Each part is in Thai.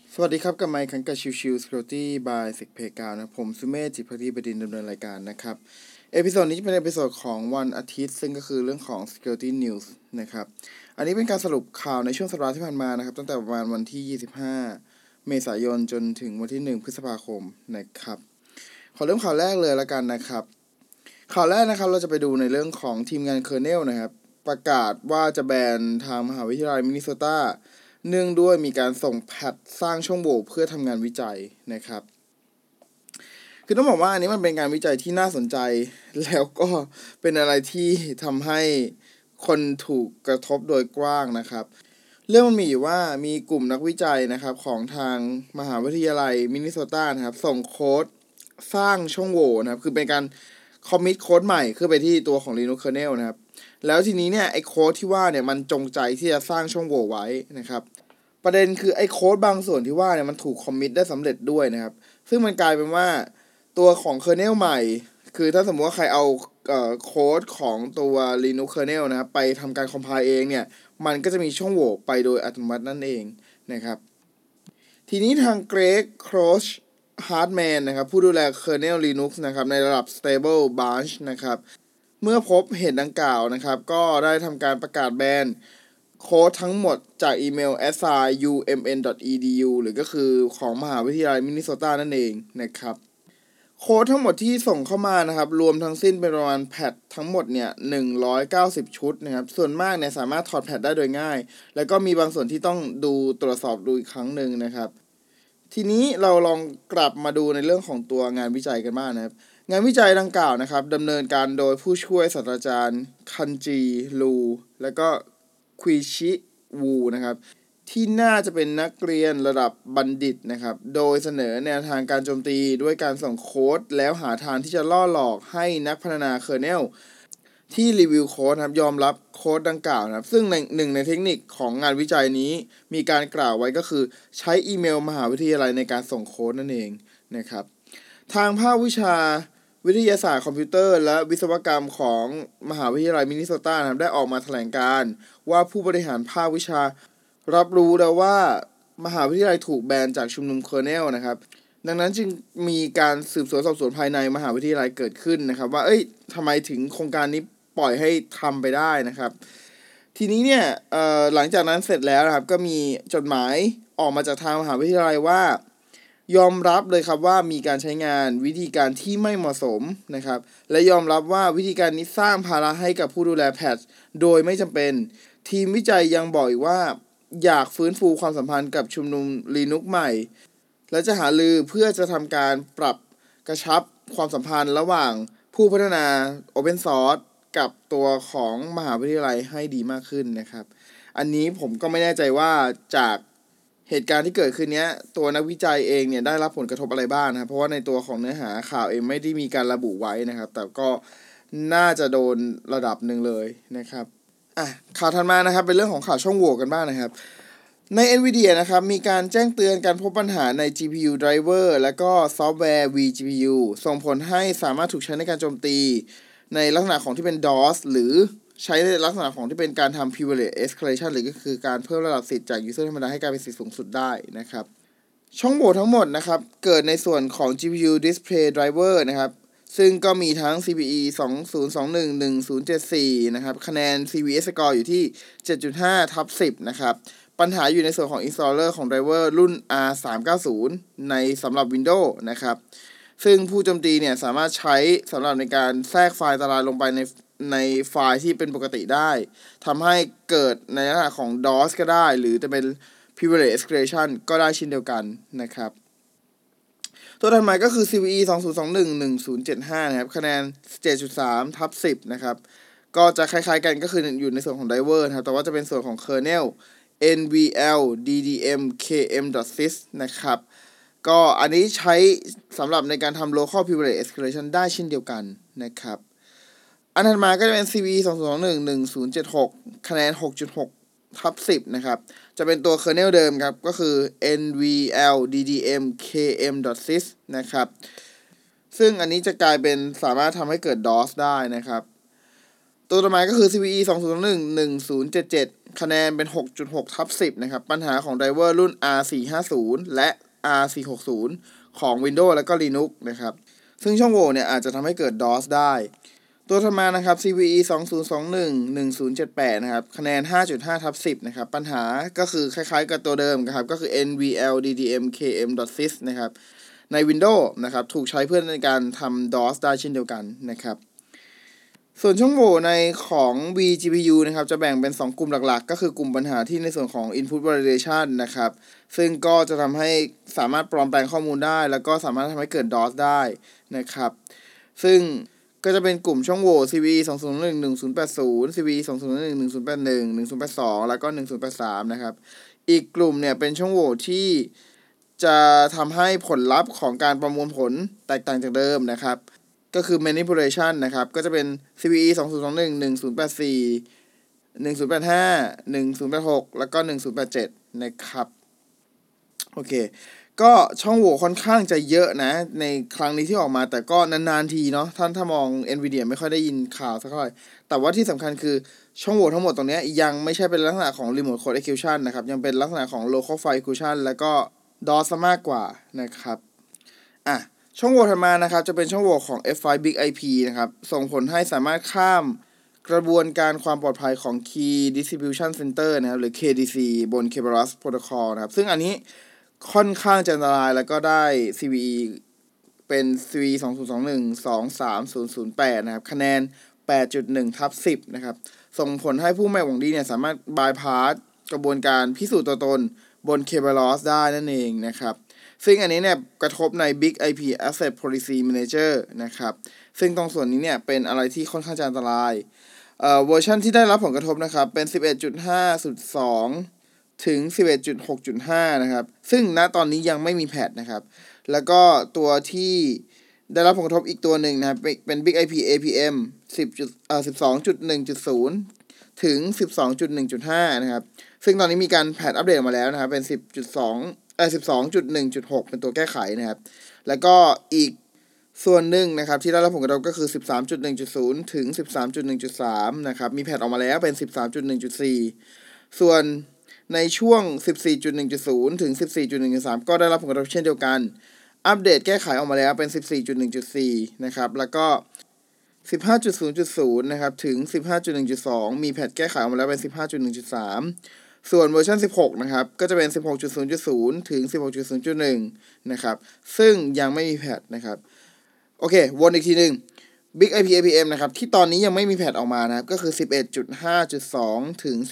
สวัสดีครับกับไมค์คันกับชิว Security by SecPayGround นะผมสุเมธ จิตภักดีบดินทร์ดำเนินรายการนะครับเอพิโซดนี้จะเป็นเอพิโซดของวันอาทิตย์ซึ่งก็คือเรื่องของ Security News นะครับอันนี้เป็นการสรุปข่าวในช่วงสัปดาห์ที่ผ่านมานะครับตั้งแต่ประมาณวันที่25เมษายนจนถึงวันที่1พฤษภาคมนะครับขอเริ่มข่าวแรกเลยละกันนะครับข่าวแรกนะครับเราจะไปดูในเรื่องของทีมงานเคอร์เนลนะครับประกาศว่าจะแบนทางมหาวิทยาลัยมินนิโซตาเนื่องด้วยมีการส่งแพทสร้างช่องโหว่เพื่อทำงานวิจัยนะครับคือต้องบอกว่าอันนี้มันเป็นการวิจัยที่น่าสนใจแล้วก็เป็นอะไรที่ทำให้คนถูกกระทบโดยกว้างนะครับเรื่องมันมีอยู่ว่ามีกลุ่มนักวิจัยนะครับของทางมหาวิทยาลัยมินนิโซตานะครับส่งโค้ดสร้างช่องโหว่นะครับคือเป็นการคอมมิตโค้ดใหม่ขึ้นไปที่ตัวของ Linux kernel นะครับแล้วทีนี้เนี่ยไอ้โค้ดที่ว่าเนี่ยมันจงใจที่จะสร้างช่องโหว่ไว้นะครับประเด็นคือไอ้โค้ดบางส่วนที่ว่าเนี่ยมันถูกคอมมิตได้สำเร็จด้วยนะครับซึ่งมันกลายเป็นว่าตัวของ kernel ใหม่คือถ้าสมมติว่าใครเอาโค้ดของตัว Linux kernel นะครับไปทำการคอมไพล์เองเนี่ยมันก็จะมีช่องโหว่ไปโดยอัตโนมัตินั่นเองนะครับทีนี้ทางเกรกโครชฮาร์ดแมนนะครับผู้ดูแล kernel Linux นะครับในระดับ stable branch นะครับเมื่อพบเหตุดังกล่าวนะครับก็ได้ทำการประกาศแบนโค้ดทั้งหมดจากอีเมล assi.umn.edu หรือก็คือของมหาวิทยาลัยมินนิโซตานั่นเองนะครับโค้ดทั้งหมดที่ส่งเข้ามานะครับรวมทั้งสิ้นเป็นประมาณแพททั้งหมดเนี่ย190ชุดนะครับส่วนมากเนี่ยสามารถถอดแพทได้โดยง่ายแล้วก็มีบางส่วนที่ต้องตรวจสอบดูอีกครั้งหนึ่งนะครับทีนี้เราลองกลับมาดูในเรื่องของตัวงานวิจัยกันบ้างนะครับงานวิจัยดังกล่าวนะครับดำเนินการโดยผู้ช่วยศาสตราจารย์คันจีลูและก็ควิชิวูนะครับที่น่าจะเป็นนักเรียนระดับบัณฑิตนะครับโดยเสนอแนวทางการโจมตีด้วยการส่งโค้ดแล้วหาทางที่จะล่อหลอกให้นักพัฒนาเคอร์เนลที่รีวิวโค้ดครับยอมรับโค้ดดังกล่าวนะครับซึ่งหนึ่งในเทคนิคของงานวิจัยนี้มีการกล่าวไว้ก็คือใช้อีเมลมหาวิทยาลัยในการส่งโค้ดนั่นเองนะครับทางภาควิชาวิทยาศาสตร์คอมพิวเตอร์และวิศวกรรมของมหาวิทยาลัยมินนิโซตานะครับได้ออกมาแถลงการว่าผู้บริหารภาควิชารับรู้แล้วว่ามหาวิทยาลัยถูกแบนจากชุมนุมเคอร์เนลนะครับดังนั้นจึงมีการสืบสวนสอบสวนภายในมหาวิทยาลัยเกิดขึ้นนะครับว่าทำไมถึงโครงการนี้ปล่อยให้ทำไปได้นะครับทีนี้เนี่ยหลังจากนั้นเสร็จแล้วนะครับก็มีจดหมายออกมาจากทางมหาวิทยาลัยว่ายอมรับเลยครับว่ามีการใช้งานวิธีการที่ไม่เหมาะสมนะครับและยอมรับว่าวิธีการนี้สร้างภาระให้กับผู้ดูแลแพทโดยไม่จำเป็นทีมวิจัยยังบอกอีกว่าอยากฟื้นฟูความสัมพันธ์กับชุมนุม Linux ใหม่และจะหารือเพื่อจะทำการปรับกระชับความสัมพันธ์ระหว่างผู้พัฒนา Open Source กับตัวของมหาวิทยาลัยให้ดีมากขึ้นนะครับอันนี้ผมก็ไม่แน่ใจว่าจากเหตุการณ์ที่เกิดขึ้นนี้ตัวนักวิจัยเองเนี่ยได้รับผลกระทบอะไรบ้างนะครับเพราะว่าในตัวของเนื้อหาข่าวเองไม่ได้มีการระบุไว้นะครับแต่ก็น่าจะโดนระดับหนึ่งเลยนะครับข่าวถัดมานะครับเป็นเรื่องของข่าวช่องโหว่กันบ้างนะครับใน NVIDIA นะครับมีการแจ้งเตือนการพบปัญหาใน GPU driver และก็ซอฟต์แวร์ vGPU ส่งผลให้สามารถถูกใช้ในการโจมตีในลักษณะของที่เป็น DOS หรือใช้ในลักษณะของที่เป็นการทำ privilege escalation หรือก็คือการเพิ่มระดับสิทธิ์จาก user ธรรมดาให้กลายเป็นสิทธิสูงสุดได้นะครับช่องโหว่ทั้งหมดนะครับเกิดในส่วนของ GPU display driver นะครับซึ่งก็มีทั้ง CVE 20211074นะครับคะแนน CVE score อยู่ที่ 7.5/10 นะครับปัญหาอยู่ในส่วนของ installer ของ driver รุ่น R390 ในสำหรับ Windows นะครับซึ่งผู้โจมตีเนี่ยสามารถใช้สำหรับในการแทรกไฟล์อันตรายลงไปในไฟล์ที่เป็นปกติได้ทำให้เกิดในลักษณะของ DOS ก็ได้หรือจะเป็น privilege escalation ก็ได้เช่นเดียวกันนะครับตัวถัดมาก็คือ CVE 20211075นะครับคะแนน 7.3/10 นะครับก็จะคล้ายๆกันก็คืออยู่ในส่วนของ driver นะครับแต่ว่าจะเป็นส่วนของ kernel NVL DDM KM.sys นะครับก็อันนี้ใช้สำหรับในการทำ local privilege escalation ได้เช่นเดียวกันนะครับอันถัดมาก็จะเป็น CVE 20211076คะแนน 6.6/10 นะครับจะเป็นตัว kernel เดิมครับก็คือ NVL DDM KM.sys นะครับซึ่งอันนี้จะกลายเป็นสามารถทำให้เกิด DOS ได้นะครับตัวต่อมาก็คือ CVE 2021-1077 คะแนนเป็น 6.6/10 นะครับปัญหาของไดรเวอร์รุ่น R450 และ R460 ของ Windows และก็ Linux นะครับซึ่งช่องโหว่เนี่ยอาจจะทำให้เกิด DOS ได้ตัวถัดมานะครับ CVE 2021-1078 นะครับคะแนน 5.5/10 นะครับปัญหาก็คือคล้ายๆกับตัวเดิมนะครับก็คือ NVLDDM-KM.sys นะครับใน Windows นะครับถูกใช้เพื่อในการทำ DOS ได้เช่นเดียวกันนะครับส่วนช่องโหว่ในของ vGPU นะครับจะแบ่งเป็น 2 กลุ่มหลักๆก็คือกลุ่มปัญหาที่ในส่วนของ Input Validation นะครับซึ่งก็จะทำให้สามารถปลอมแปลงข้อมูลได้แล้วก็สามารถทำให้เกิด DOS ได้นะครับซึ่งก็จะเป็นกลุ่มช่องโหว่ CVE 2021-1080 CVE 2021-1081 1082 แล้วก็ 1083 นะครับอีกกลุ่มเนี่ยเป็นช่องโหว่ที่จะทำให้ผลลัพธ์ของการประมวลผลแตกต่างจากเดิมนะครับก็คือ manipulation นะครับก็จะเป็น CVE 2021 1084 1085 1086 แล้วก็ 1087 นะครับโอเคก็ช่องโหว่ค่อนข้างจะเยอะนะในครั้งนี้ที่ออกมาแต่ก็นานๆทีเนาะถ้ามอง Nvidia ไม่ค่อยได้ยินข่าวสักเท่าไหร่แต่ว่าที่สำคัญคือช่องโหว่ทั้งหมดตรงนี้ยังไม่ใช่เป็นลักษณะของ Remote Code Execution นะครับยังเป็นลักษณะของ Local File Execution แล้วก็ DOS ซะมากกว่านะครับช่องโหว่ถัดมานะครับจะเป็นช่องโหว่ของ F5 Big IP นะครับส่งผลให้สามารถข้ามกระบวนการความปลอดภัยของ Key Distribution Center นะครับหรือ KDC บน Kerberos Protocol นะครับซึ่งอันนี้ค่อนข้างจะอันตรายแล้วก็ได้ CVE เป็น CVE 2021-23008 นะครับคะแนน 8.1/10 นะครับส่งผลให้ผู้ไม่หวังดีเนี่ยสามารถ bypass กระบวนการพิสูจน์ตัวตนบน Kerberos ได้นั่นเองนะครับซึ่งอันนี้เนี่ยกระทบใน Big IP Asset Policy Manager นะครับซึ่งตรงส่วนนี้เนี่ยเป็นอะไรที่ค่อนข้างจะอันตรายเวอร์ชันที่ได้รับผลกระทบนะครับเป็น 11.5.2 ถึง 11.6.5 นะครับซึ่งณตอนนี้ยังไม่มีแพทนะครับแล้วก็ตัวที่ได้รับผลกระทบอีกตัวหนึ่งนะครับเป็น Big IP APM 12.1.0 ถึง 12.1.5 นะครับซึ่งตอนนี้มีการแพทอัปเดตมาแล้วนะครับเป็น 12.1.6 เป็นตัวแก้ไขนะครับแล้วก็อีกส่วนหนึ่งนะครับที่ได้รับผลกระทบก็คือ 13.1.0 ถึง 13.1.3 นะครับมีแพทออกมาแล้วเป็น 13.1.4 ส่วนในช่วง 14.1.0 ถึง 14.1.3 ก็ได้รับผลกระทบเช่นเดียวกันอัปเดตแก้ไขออกมาแล้วเป็น 14.1.4 นะครับแล้วก็ 15.0.0 นะครับถึง 15.1.2 มีแพทแก้ไขออกมาแล้วเป็น 15.1.3 ส่วนเวอร์ชัน16นะครับก็จะเป็น 16.0.0 ถึง 16.0.1 นะครับซึ่งยังไม่มีแพทนะครับโอเควนอีกทีนึง Big IP APM นะครับที่ตอนนี้ยังไม่มีแพทออกมานะครับก็คือ 11.5.2 ถึง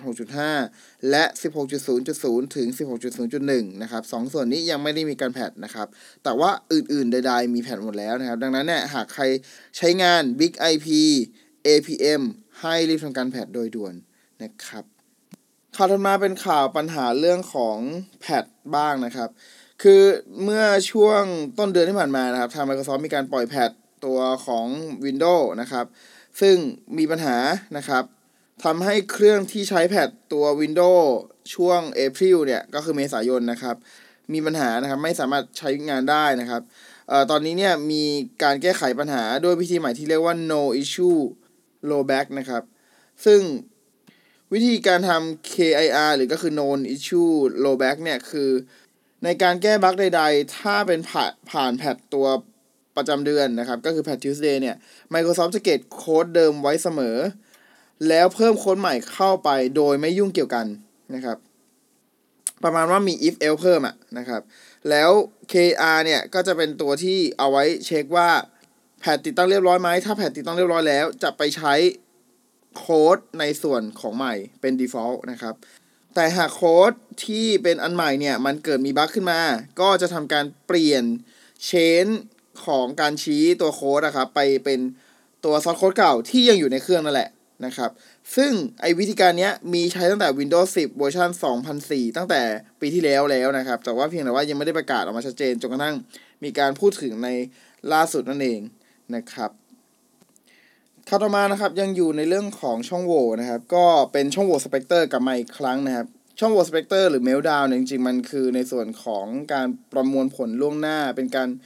11.6.5 และ 16.0.0 ถึง 16.0.1 นะครับ2ส่วนนี้ยังไม่ได้มีการแพทนะครับแต่ว่าอื่นๆใดๆมีแพทหมดแล้วนะครับดังนั้นเนี่ยหากใครใช้งาน Big IP APM ให้รีบทำการแพทโดยด่วนนะครับข่าวถัดมาเป็นข่าวปัญหาเรื่องของแพทบ้างนะครับคือเมื่อช่วงต้นเดือนที่ผ่านมานะครับทาง Microsoft มีการปล่อยแพทตัวของ Windows นะครับซึ่งมีปัญหานะครับทำให้เครื่องที่ใช้แพทตัว Windows ช่วง April เนี่ยก็คือเมษายนนะครับมีปัญหานะครับไม่สามารถใช้งานได้นะครับตอนนี้เนี่ยมีการแก้ไขปัญหาด้วยวิธีใหม่ที่เรียกว่า no issue rollback นะครับซึ่งวิธีการทำ KIR หรือก็คือ known issue rollback เนี่ยคือในการแก้บั๊กใดๆถ้าเป็นผ่านแพทตัวประจำเดือนนะครับก็คือแพท Tuesday เนี่ย Microsoft จะเก็บโค้ดเดิมไว้เสมอแล้วเพิ่มโค้ดใหม่เข้าไปโดยไม่ยุ่งเกี่ยวกันนะครับประมาณว่ามี if else เพิ่มนะครับแล้ว KR เนี่ยก็จะเป็นตัวที่เอาไว้เช็คว่าแพทติดตั้งเรียบร้อยไหมถ้าแพทติดตั้งเรียบร้อยแล้วจะไปใช้โค้ดในส่วนของใหม่เป็น default นะครับแต่หากโค้ดที่เป็นอันใหม่เนี่ยมันเกิดมีบั๊กขึ้นมาก็จะทำการเปลี่ยน change ของการชี้ตัวโค้ดนะครับไปเป็นตัวซอสโค้ดเก่าที่ยังอยู่ในเครื่องนั่นแหละนะครับซึ่งไอ้วิธีการนี้มีใช้ตั้งแต่ Windows 10 เวอร์ชัน 2004 ตั้งแต่ปีที่แล้วนะครับแต่ว่าเพียงแต่ว่ายังไม่ได้ประกาศออกมาชัดเจนจนกระทั่งมีการพูดถึงในล่าสุดนั่นเองนะครับข่าวต่อมานะครับยังอยู่ในเรื่องของช่องโหว่นะครับก็เป็นช่องโหว่สเปกเตอร์กลับมาอีกครั้งนะครับช่องโหว่สเปกเตอร์หรือ Meltdown เนี่ยจริงๆมันคือในส่วนของการประมวลผลล่วงหน้าเป็นการ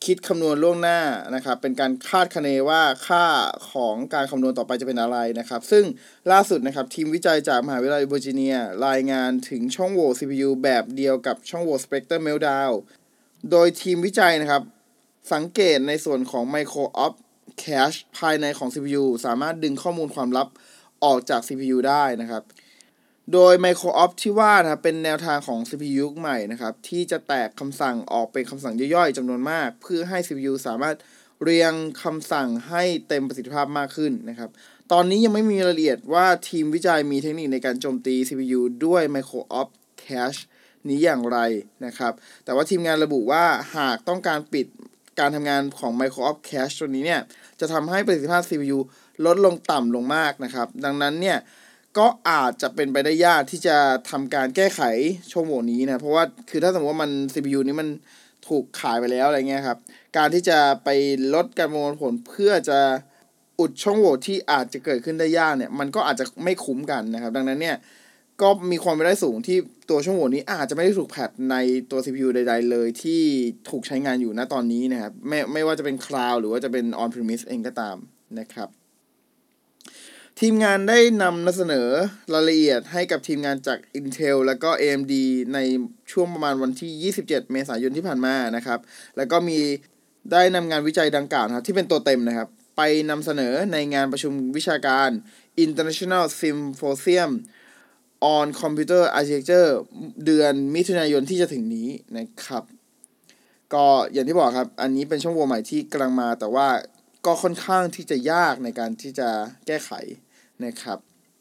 คิดคำนวณล่วงหน้านะครับเป็นการคาดคะเนว่าค่าของการคำนวณต่อไปจะเป็นอะไรนะครับซึ่งล่าสุดนะครับทีมวิจัยจากมหาวิทยาลัยเวอร์จิเนียรายงานถึงช่องโหว่ CPU แบบเดียวกับช่องโหว่ Spectre Meltdown โดยทีมวิจัยนะครับสังเกตในส่วนของ Micro Op Cache ภายในของ CPU สามารถดึงข้อมูลความลับออกจาก CPU ได้นะครับโดย Micro Op ที่ว่านะครับเป็นแนวทางของ CPU ยุคใหม่นะครับที่จะแตกคำสั่งออกเป็นคำสั่งย่อยๆจำนวนมากเพื่อให้ CPU สามารถเรียงคำสั่งให้เต็มประสิทธิภาพมากขึ้นนะครับตอนนี้ยังไม่มีรายละเอียดว่าทีมวิจัยมีเทคนิคในการโจมตี CPU ด้วย Micro Op Cache นี้อย่างไรนะครับแต่ว่าทีมงานระบุว่าหากต้องการปิดการทำงานของ Micro Op Cache ตัวนี้เนี่ยจะทำให้ประสิทธิภาพ CPU ลดลงต่ำลงมากนะครับดังนั้นเนี่ยก็อาจจะเป็นไปได้ยากที่จะทำการแก้ไขช่องโหว่นี้นะเพราะว่าคือถ้าสมมติว่ามัน CPU นี้มันถูกขายไปแล้วอะไรเงี้ยครับการที่จะไปลดการประมวลผลเพื่อจะอุดช่องโหว่ที่อาจจะเกิดขึ้นได้ยากเนี่ยมันก็อาจจะไม่คุ้มกันนะครับดังนั้นเนี่ยก็มีความเป็นไปได้สูงที่ตัวช่องโหว่นี้อาจจะไม่ได้ถูกแพทในตัว CPU ใดๆเลยที่ถูกใช้งานอยู่ณตอนนี้นะครับไม่ว่าจะเป็น Cloud หรือว่าจะเป็น On Premise เองก็ตามนะครับทีมงานได้นำเสนอรายละเอียดให้กับทีมงานจาก Intel แล้วก็ AMD ในช่วงประมาณวันที่27เมษายนที่ผ่านมานะครับแล้วก็มีได้นำงานวิจัยดังกล่าวนะครับที่เป็นตัวเต็มนะครับไปนำเสนอในงานประชุมวิชาการ International Symposium on Computer Architecture เดือนมิถุนายนที่จะถึงนี้นะครับก็อย่างที่บอกครับอันนี้เป็นช่องโหว่ใหม่ที่กำลังมาแต่ว่าก็ค่อนข้างที่จะยากในการที่จะแก้ไขนะครับ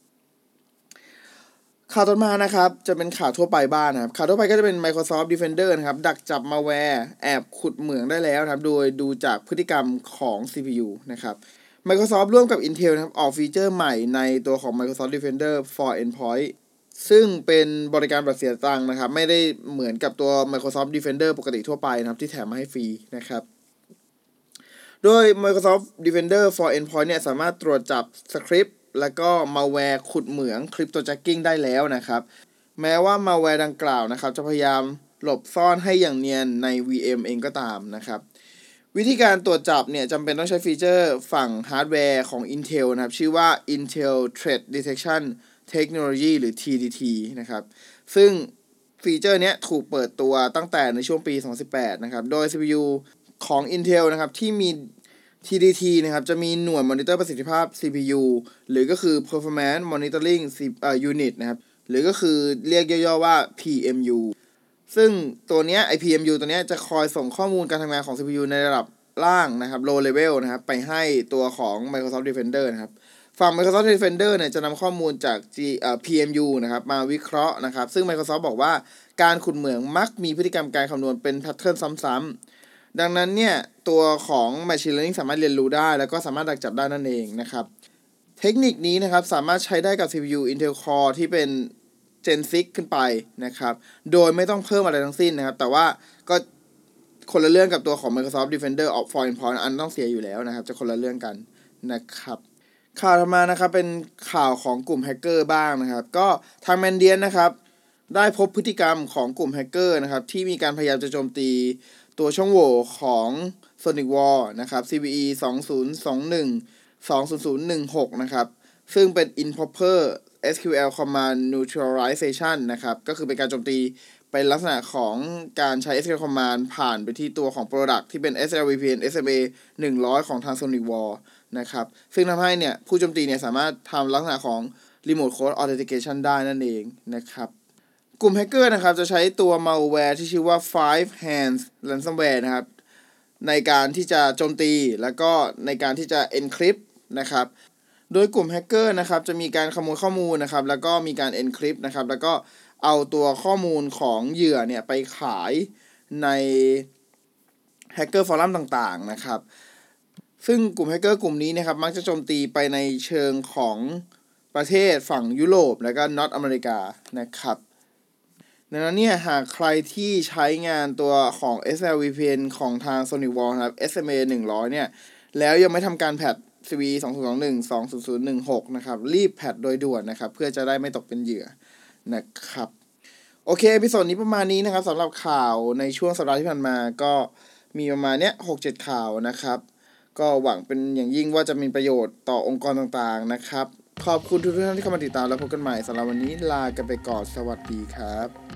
ข่าวต่อมานะครับจะเป็นข่าวทั่วไปบ้างนะครับข่าวทั่วไปก็จะเป็น Microsoft Defender นะครับดักจับมาแวร์แอบขุดเหมืองได้แล้วนะครับโดยดูจากพฤติกรรมของ CPU นะครับ Microsoft ร่วมกับ Intel นะครับออกฟีเจอร์ใหม่ในตัวของ Microsoft Defender for Endpoint ซึ่งเป็นบริการแบบเสียตังค์นะครับไม่ได้เหมือนกับตัว Microsoft Defender ปกติทั่วไปนะครับที่แถมมาให้ฟรีนะครับโดย Microsoft Defender for Endpoint เนี่ยสามารถตรวจจับสคริปต์และก็มาแวร์ขุดเหมือง Cryptojacking ได้แล้วนะครับแม้ว่ามาแวร์ดังกล่าวนะครับจะพยายามหลบซ่อนให้อย่างเนียนใน VM เองก็ตามนะครับวิธีการตรวจจับเนี่ยจำเป็นต้องใช้ฟีเจอร์ฝั่งฮาร์ดแวร์ของ Intel นะครับชื่อว่า Intel Threat Detection Technology หรือ TDT นะครับซึ่งฟีเจอร์เนี้ยถูกเปิดตัวตั้งแต่ในช่วงปี2018นะครับโดย CPU ของ Intel นะครับที่มี TDT นะครับจะมีหน่วยมอนิเตอร์ประสิทธิภาพ CPU หรือก็คือ Performance Monitoring Unit นะครับหรือก็คือเรียกย่อๆว่า PMU ซึ่งตัวเนี้ย PMU ตัวเนี้ยจะคอยส่งข้อมูลการทำงานของ CPU ในระดับล่างนะครับ low level นะครับไปให้ตัวของ Microsoft Defender นะครับฝั่ง Microsoft Defender เนี่ยจะนำข้อมูลจากPMU นะครับมาวิเคราะห์นะครับซึ่ง Microsoft บอกว่าการขุดเหมืองมักมีพฤติกรรมการคำนวณเป็นแพทเทิร์นซ้ำๆดังนั้นเนี่ยตัวของ Machine Learning สามารถเรียนรู้ได้แล้วก็สามารถดักจับได้นั่นเองนะครับเทคนิคนี้นะครับสามารถใช้ได้กับ CPU Intel Core ที่เป็น Gen 6 ขึ้นไปนะครับโดยไม่ต้องเพิ่มอะไรทั้งสิ้นนะครับแต่ว่าก็คนละเรื่องกับตัวของ Microsoft Defender for Endpoint อันต้องเสียอยู่แล้วนะครับจะคนละเรื่องกันนะครับข่าวต่อมานะครับเป็นข่าวของกลุ่มแฮกเกอร์บ้างนะครับก็ทางแมนเดียนนะครับได้พบพฤติกรรมของกลุ่มแฮกเกอร์นะครับที่มีการพยายามจะโจมตีตัวช่องโหว่ของ SonicWall นะครับ CVE 2021-20016นะครับซึ่งเป็น improper SQL command neutralization นะครับก็คือเป็นการโจมตีเป็นลักษณะของการใช้ SQL command ผ่านไปที่ตัวของ product ที่เป็น SLVPN SMA 100ของทาง SonicWall นะครับซึ่งทำให้เนี่ยผู้โจมตีเนี่ยสามารถทำลักษณะของ remote code authentication ได้นั่นเองนะครับกลุ่มแฮกเกอร์นะครับจะใช้ตัว malware ที่ชื่อว่า Five Hands ransomware นะครับในการที่จะโจมตีแล้วก็ในการที่จะ encrypt นะครับโดยกลุ่มแฮกเกอร์นะครับจะมีการขโมยข้อมูลนะครับแล้วก็มีการ encrypt นะครับแล้วก็เอาตัวข้อมูลของเหยื่อเนี่ยไปขายในแฮกเกอร์ฟอรัมต่างๆนะครับซึ่งกลุ่มแฮกเกอร์กลุ่มนี้นะครับมักจะโจมตีไปในเชิงของประเทศฝั่งยุโรปและก็นอร์ทอเมริกานะครับดังนั้นเนี่ยหากใครที่ใช้งานตัวของ SLVPN ของทาง SonicWall นะครับ SMA 100เนี่ยแล้วยังไม่ทำการแพท CVE 2021-20016นะครับรีบแพทโดยด่วนนะครับเพื่อจะได้ไม่ตกเป็นเหยื่อนะครับโอเคเอพิโซดนี้ประมาณนี้นะครับสำหรับข่าวในช่วงสัปดาห์ที่ผ่านมาก็มีประมาณเนี้ย6-7 ข่าวนะครับก็หวังเป็นอย่างยิ่งว่าจะมีประโยชน์ต่อองค์กรต่างๆนะครับขอบคุณทุกท่านที่เข้ามาติดตามแล้วพบกันใหม่สำหรับวันนี้ลากันไปก่อนสวัสดีครับ